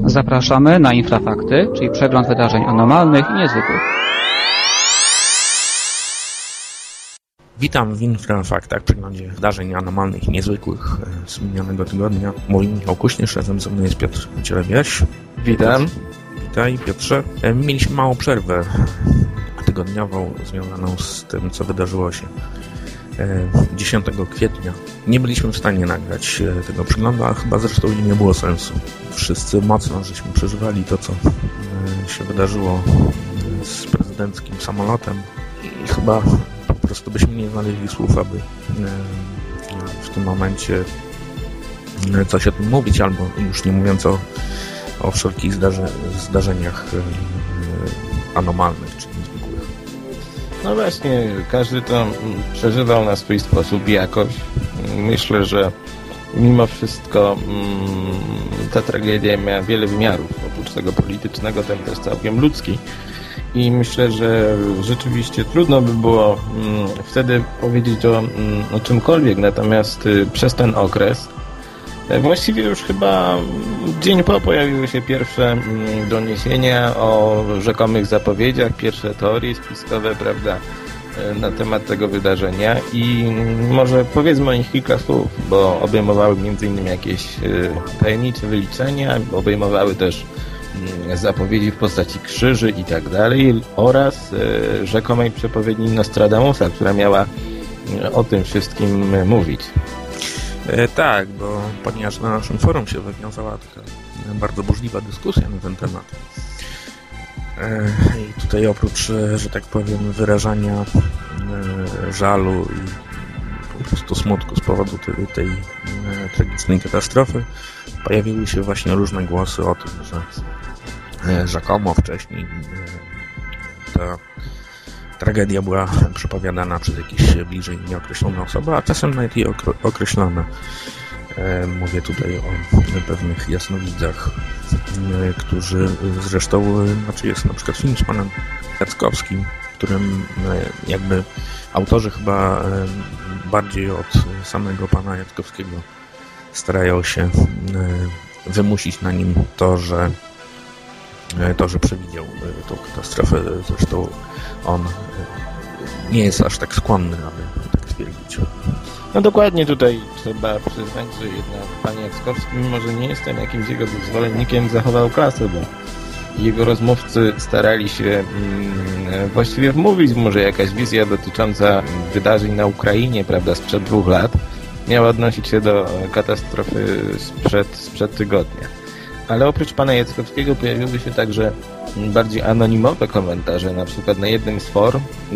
Zapraszamy na Infrafakty, czyli przegląd wydarzeń anormalnych i niezwykłych. Witam w Infrafaktach, przeglądzie wydarzeń anormalnych i niezwykłych z minionego tygodnia. Mówi Michał Kuśnierz, razem ze mną jest Piotr Cielebiaś. Witam. Witaj, Piotrze. Mieliśmy małą przerwę tygodniową związaną z tym, co wydarzyło się 10 kwietnia. Nie byliśmy w stanie nagrać tego przeglądu, a chyba zresztą i nie było sensu. Wszyscy mocno żeśmy przeżywali to, co się wydarzyło z prezydenckim samolotem i chyba po prostu byśmy nie znaleźli słów, aby w tym momencie coś o tym mówić, albo już nie mówiąc o wszelkich zdarzeniach anormalnych czy niezwykłych. No właśnie, każdy to przeżywał na swój sposób jakoś. Myślę, że mimo wszystko ta tragedia miała wiele wymiarów. Oprócz tego politycznego, ten też całkiem ludzki. I myślę, że rzeczywiście trudno by było wtedy powiedzieć o czymkolwiek, natomiast przez ten okres właściwie już chyba dzień po pojawiły się pierwsze doniesienia o rzekomych zapowiedziach, pierwsze teorie spiskowe, prawda, na temat tego wydarzenia i może powiedzmy o nich kilka słów, bo obejmowały m.in. jakieś tajemnicze wyliczenia, obejmowały też zapowiedzi w postaci krzyży i tak dalej oraz rzekomej przepowiedni Nostradamusa, która miała o tym wszystkim mówić. Tak, bo ponieważ na naszym forum się wywiązała taka bardzo burzliwa dyskusja na ten temat. I tutaj oprócz, że tak powiem, wyrażania żalu i po prostu smutku z powodu tej tragicznej katastrofy, pojawiły się właśnie różne głosy o tym, że rzekomo wcześniej ta tragedia była przepowiadana przez jakieś bliżej nieokreślone osoby, a czasem nawet i określone. Mówię tutaj o pewnych jasnowidzach, którzy zresztą, jest na przykład film z panem Jackowskim, w którym jakby autorzy chyba bardziej od samego pana Jackowskiego starają się wymusić na nim to, że przewidział tą katastrofę. Zresztą on nie jest aż tak skłonny, aby tak stwierdzić. No dokładnie, tutaj trzeba przyznać, że jednak pan Jackowski, mimo że nie jestem jakimś jego zwolennikiem, zachował klasę, bo jego rozmówcy starali się właściwie wmówić może jakaś wizja dotycząca wydarzeń na Ukrainie, prawda, sprzed 2 lat miała odnosić się do katastrofy sprzed tygodnia. Ale oprócz pana Jackowskiego pojawiły się także bardziej anonimowe komentarze, na przykład na jednym z forum,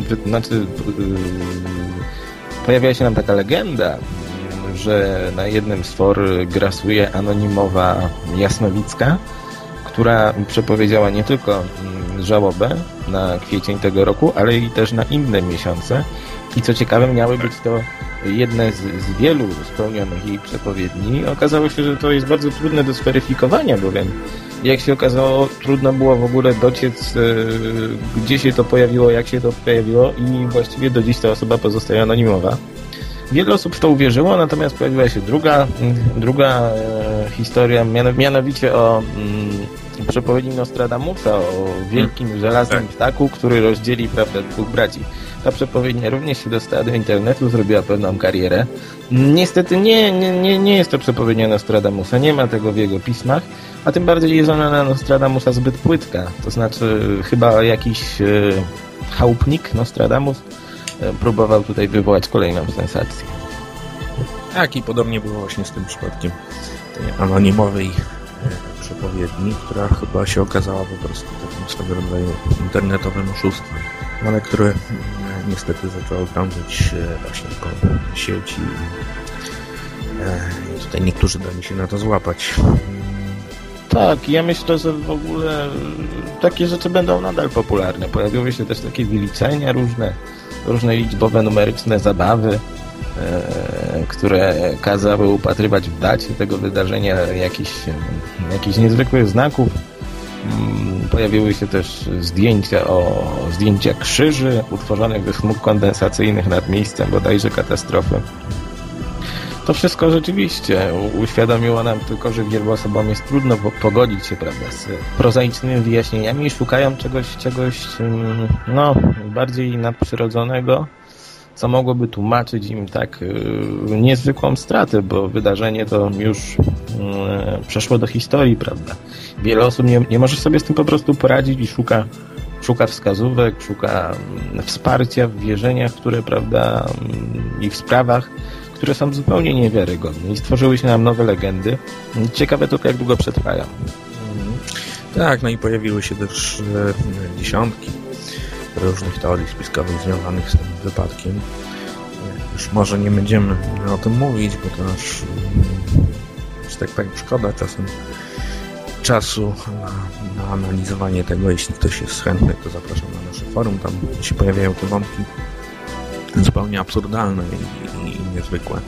pojawiła się nam taka legenda, że na jednym z for grasuje anonimowa jasnowicka, która przepowiedziała nie tylko żałobę na kwiecień tego roku, ale i też na inne miesiące. I co ciekawe, miały być to jedne z wielu spełnionych jej przepowiedni. Okazało się, że to jest bardzo trudne do zweryfikowania, bowiem jak się okazało, trudno było w ogóle dociec, gdzie się to pojawiło, jak się to pojawiło i właściwie do dziś ta osoba pozostaje anonimowa. Wiele osób w to uwierzyło, natomiast pojawiła się druga historia, mianowicie o przepowiedni Nostradamusa, o wielkim żelaznym ptaku, który rozdzieli, prawda, 2 braci. Ta przepowiednia również się dostała do internetu, zrobiła pewną karierę. Niestety nie jest to przepowiednia Nostradamusa, nie ma tego w jego pismach, a tym bardziej jest ona na Nostradamusa zbyt płytka. To znaczy chyba jakiś chałupnik Nostradamus próbował tutaj wywołać kolejną sensację. Tak, i podobnie było właśnie z tym przypadkiem tej anonimowej przepowiedni, która chyba się okazała po prostu takim swego rodzaju internetowym oszustwem, ale które niestety zaczęło krążyć właśnie po sieci i tutaj niektórzy dali się na to złapać. Tak, ja myślę, że w ogóle takie rzeczy będą nadal popularne. Pojawiły się też takie wyliczenia różne liczbowe, numeryczne zabawy, które kazały upatrywać w dacie tego wydarzenia jakichś niezwykłych znaków. Pojawiły się też zdjęcia krzyży utworzonych ze chmur kondensacyjnych nad miejscem bodajże katastrofy. To wszystko rzeczywiście uświadomiło nam tylko, że wielu osobom jest trudno pogodzić się, prawda, z prozaicznymi wyjaśnieniami i szukają czegoś bardziej nadprzyrodzonego, co mogłoby tłumaczyć im tak niezwykłą stratę, bo wydarzenie to już przeszło do historii, prawda. Wiele osób nie może sobie z tym po prostu poradzić i szuka wskazówek, szuka wsparcia w wierzeniach, które, prawda, i w sprawach, które są zupełnie niewiarygodne i stworzyły się nam nowe legendy. Ciekawe tylko, jak długo przetrwają. Tak, no i pojawiły się też dziesiątki różnych teorii spiskowych związanych z tym wypadkiem. Już może nie będziemy o tym mówić, bo to aż, że tak powiem, szkoda czasem czasu na analizowanie tego. Jeśli ktoś jest chętny, to zapraszam na nasze forum. Tam się pojawiają te wątki zupełnie absurdalne i niezwykłe.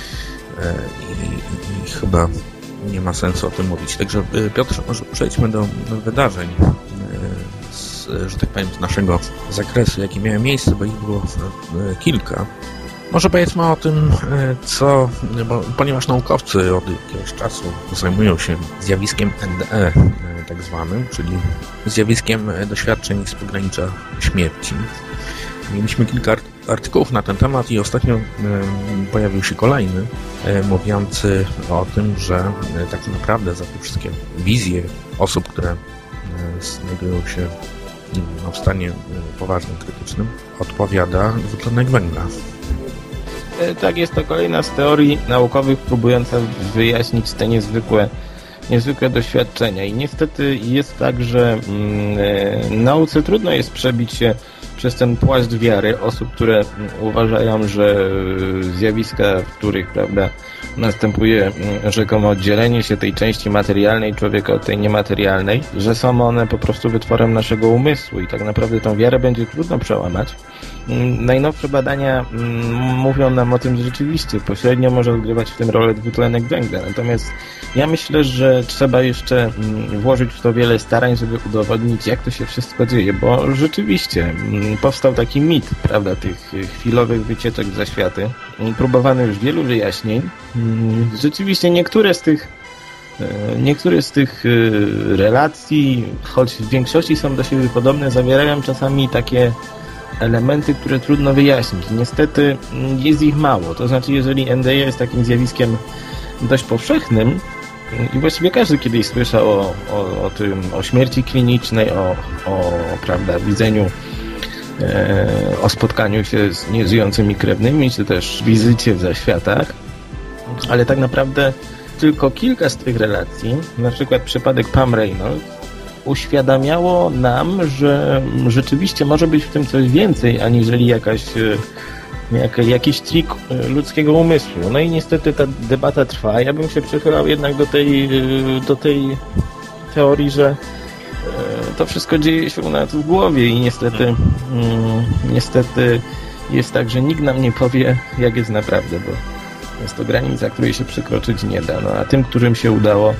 I chyba nie ma sensu o tym mówić. Także Piotrze, może przejdźmy do wydarzeń, że tak powiem, z naszego zakresu, jakie miały miejsce, bo ich było kilka. Może powiedzmy o tym, ponieważ naukowcy od jakiegoś czasu zajmują się zjawiskiem NDE, tak zwanym, czyli zjawiskiem doświadczeń z pogranicza śmierci. Mieliśmy kilka artykułów na ten temat i ostatnio pojawił się kolejny, mówiący o tym, że tak naprawdę za te wszystkie wizje osób, które znajdują się w stanie poważnym, krytycznym, odpowiada dwutlenek węgla. Tak, jest to kolejna z teorii naukowych próbująca wyjaśnić te niezwykłe doświadczenia. I niestety jest tak, że nauce trudno jest przebić się przez ten płaszcz wiary osób, które uważają, że zjawiska, w których, prawda, następuje rzekomo oddzielenie się tej części materialnej człowieka od tej niematerialnej, że są one po prostu wytworem naszego umysłu i tak naprawdę tą wiarę będzie trudno przełamać. Najnowsze badania mówią nam o tym, że rzeczywiście pośrednio może odgrywać w tym rolę dwutlenek węgla. Natomiast ja myślę, że trzeba jeszcze włożyć w to wiele starań, żeby udowodnić, jak to się wszystko dzieje, bo rzeczywiście powstał taki mit, prawda, tych chwilowych wycieczek w zaświaty. Próbowano już wielu wyjaśnień. Rzeczywiście niektóre z tych relacji, choć w większości są do siebie podobne, zawierają czasami takie elementy, które trudno wyjaśnić. Niestety jest ich mało. To znaczy, jeżeli NDE jest takim zjawiskiem dość powszechnym i właściwie każdy kiedyś słyszał o śmierci klinicznej, prawda, widzeniu, o spotkaniu się z nieżyjącymi krewnymi, czy też wizycie w zaświatach, ale tak naprawdę tylko kilka z tych relacji, na przykład przypadek Pam Reynolds, uświadamiało nam, że rzeczywiście może być w tym coś więcej, aniżeli jakiś trik ludzkiego umysłu. No i niestety ta debata trwa. Ja bym się przychylał jednak do tej teorii, że to wszystko dzieje się u nas w głowie i niestety jest tak, że nikt nam nie powie, jak jest naprawdę, bo jest to granica, której się przekroczyć nie da. No a tym, którym się udało,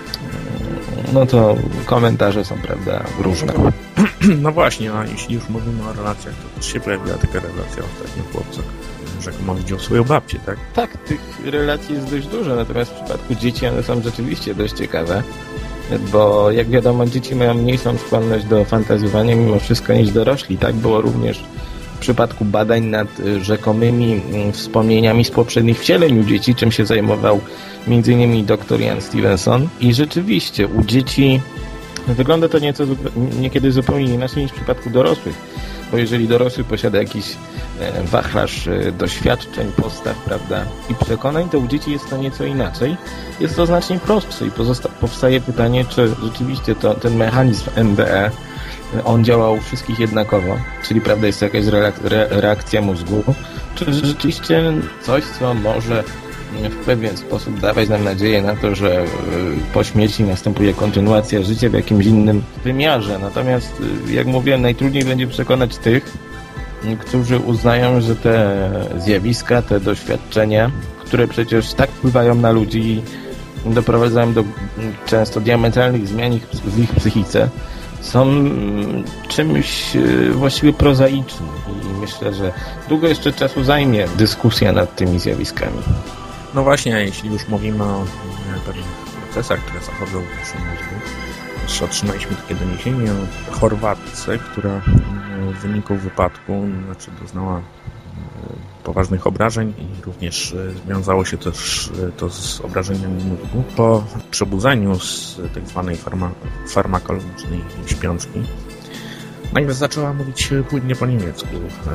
no to komentarze są, prawda, różne. No właśnie, a jeśli już mówimy o relacjach, to też się pojawiła taka relacja ostatnio chłopca, rzekomo widział swoją babcię, tak? Tak, tych relacji jest dość dużo, natomiast w przypadku dzieci one są rzeczywiście dość ciekawe, bo jak wiadomo, dzieci mają mniejszą skłonność do fantazjowania mimo wszystko niż dorośli. Tak było również w przypadku badań nad rzekomymi wspomnieniami z poprzednich wcieleń u dzieci, czym się zajmował m.in. dr Ian Stevenson. I rzeczywiście u dzieci wygląda to niekiedy zupełnie inaczej niż w przypadku dorosłych, bo jeżeli dorosły posiada jakiś wachlarz doświadczeń, postaw, prawda, i przekonań, to u dzieci jest to nieco inaczej. Jest to znacznie prostsze i powstaje pytanie, czy rzeczywiście ten mechanizm NDE on działa u wszystkich jednakowo, czyli, prawda, jest jakaś reakcja mózgu, czy rzeczywiście coś, co może w pewien sposób dawać nam nadzieję na to, że po śmierci następuje kontynuacja życia w jakimś innym wymiarze. Natomiast, jak mówiłem, najtrudniej będzie przekonać tych, którzy uznają, że te zjawiska, te doświadczenia, które przecież tak wpływają na ludzi i doprowadzają do często diametralnych zmian w ich psychice, są czymś właściwie prozaicznym i myślę, że długo jeszcze czasu zajmie dyskusja nad tymi zjawiskami. No właśnie, jeśli już mówimy o pewnych procesach, które zachodzą w naszym mózgu, też otrzymaliśmy takie doniesienie o Chorwatce, która w wyniku wypadku doznała poważnych obrażeń i również związało się też to z obrażeniami mózgu. Po przebudzeniu z tak zwanej farmakologicznej śpiączki nagle zaczęła mówić płynnie po niemiecku,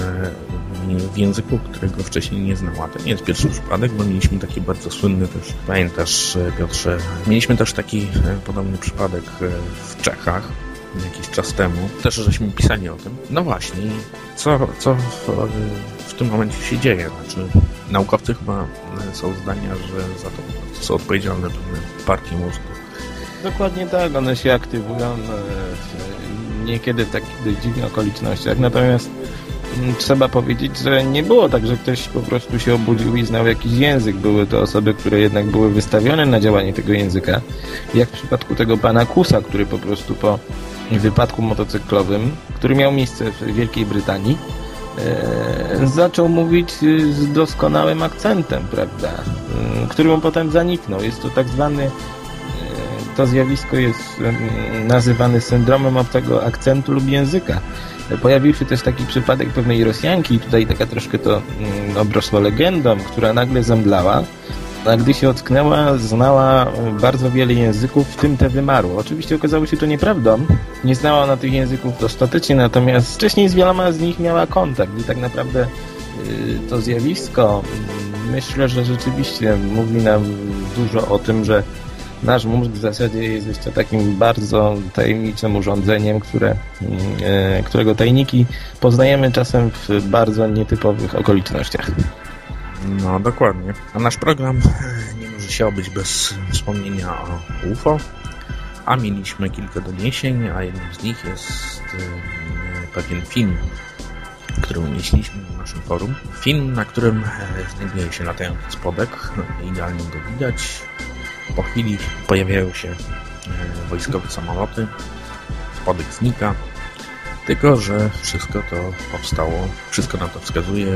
w języku, którego wcześniej nie znała. To nie jest pierwszy przypadek, bo mieliśmy taki bardzo słynny też, pamiętasz, Piotrze, mieliśmy też taki podobny przypadek w Czechach jakiś czas temu. Też żeśmy pisali o tym. No właśnie, co w tym momencie się dzieje? Znaczy, naukowcy chyba są zdania, że za to są odpowiedzialne pewne partie mózgu. Dokładnie tak, one się aktywują niekiedy w takich dość dziwnych okolicznościach, natomiast trzeba powiedzieć, że nie było tak, że ktoś po prostu się obudził i znał jakiś język. Były to osoby, które jednak były wystawione na działanie tego języka, jak w przypadku tego pana Kusa, który po prostu po wypadku motocyklowym, który miał miejsce w Wielkiej Brytanii, zaczął mówić z doskonałym akcentem, prawda, który mu potem zaniknął. Jest to tak zwany, to zjawisko jest nazywane syndromem obcego akcentu lub języka. Pojawił się też taki przypadek pewnej Rosjanki, i tutaj taka troszkę to obrosło legendą, która nagle zemdlała, a gdy się ocknęła, znała bardzo wiele języków, w tym te wymarło. Oczywiście okazało się to nieprawdą, nie znała ona tych języków dostatecznie, natomiast wcześniej z wieloma z nich miała kontakt i tak naprawdę to zjawisko, myślę, że rzeczywiście mówi nam dużo o tym, że nasz mózg w zasadzie jest jeszcze takim bardzo tajemniczym urządzeniem, którego tajniki poznajemy czasem w bardzo nietypowych okolicznościach. No, dokładnie. A nasz program nie może się obyć bez wspomnienia o UFO, a mieliśmy kilka doniesień, a jednym z nich jest pewien film, który umieściliśmy na naszym forum. Film, na którym znajduje się latający spodek, idealnie go widać. Po chwili pojawiają się wojskowe samoloty, spodek znika, tylko że wszystko to powstało, wszystko na to wskazuje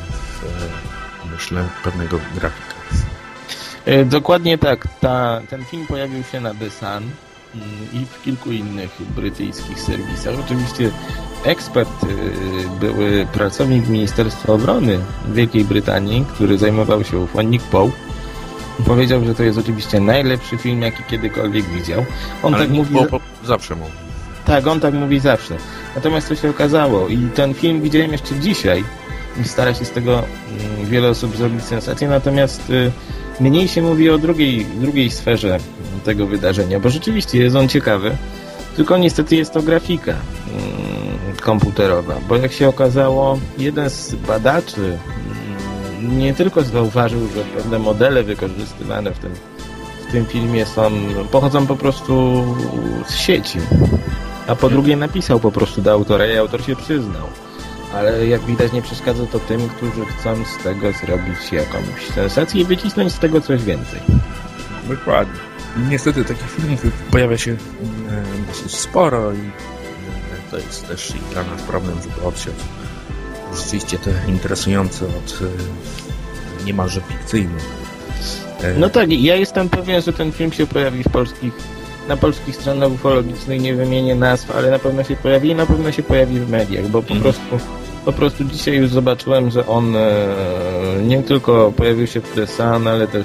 myślę, pewnego grafika. Dokładnie tak. Ten film pojawił się na The Sun i w kilku innych brytyjskich serwisach. Oczywiście ekspert, były pracownik Ministerstwa Obrony Wielkiej Brytanii, który zajmował się UFO, Nick Poe, powiedział, że to jest oczywiście najlepszy film, jaki kiedykolwiek widział. On ale tak mówi zawsze mówi. Tak, on tak mówi zawsze. Natomiast to się okazało i ten film widziałem jeszcze dzisiaj. Stara się z tego wiele osób zrobić sensację, natomiast mniej się mówi o drugiej sferze tego wydarzenia, bo rzeczywiście jest on ciekawy, tylko niestety jest to grafika komputerowa, bo jak się okazało, jeden z badaczy nie tylko zauważył, że pewne modele wykorzystywane w tym filmie pochodzą po prostu z sieci, a po drugie napisał po prostu do autora i autor się przyznał. Ale jak widać nie przeszkadza to tym, którzy chcą z tego zrobić jakąś sensację i wycisnąć z tego coś więcej. Dokładnie. Niestety takich filmów pojawia się dosyć sporo i to jest też i dla nas problem, żeby odsiać rzeczywiście te interesujące od niemalże fikcyjnych. No tak, ja jestem pewien, że ten film się pojawi na polskich stronach ufologicznych, nie wymienię nazw, ale na pewno się pojawi i na pewno się pojawi w mediach, bo po prostu dzisiaj już zobaczyłem, że on nie tylko pojawił się w The Sun, ale też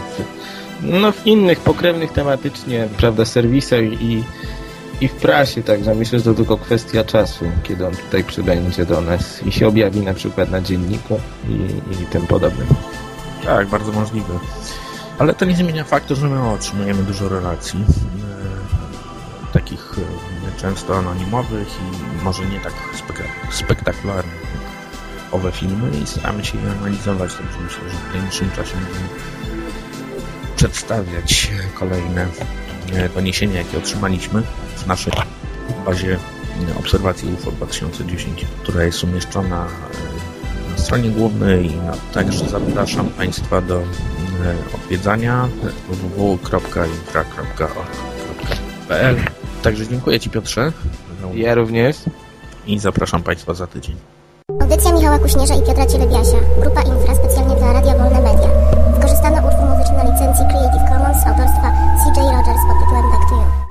w innych pokrewnych tematycznie, prawda, serwisach i w prasie, także myślę, że to tylko kwestia czasu, kiedy on tutaj przybędzie do nas i się objawi na przykład na dzienniku i tym podobnym. Tak, bardzo możliwe. Ale to nie zmienia faktu, że my otrzymujemy dużo relacji, takich często anonimowych i może nie tak spektakularnych jak owe filmy i staramy się je analizować, także myślę, że w najbliższym czasie będziemy przedstawiać kolejne doniesienia, jakie otrzymaliśmy w naszej bazie obserwacji UFO 2010, która jest umieszczona na stronie głównej. Także zapraszam Państwa do odwiedzania www.infra.org.pl. Także dziękuję Ci, Piotrze. Ja również. I zapraszam Państwa za tydzień. Audycja Michała Kuśnierza i Piotra Cielebiasia. Grupa Infra specjalnie dla Radia Wolne Media. Wykorzystano licencji Creative Commons autorstwa CJ Rogers pod tytułem Back to You.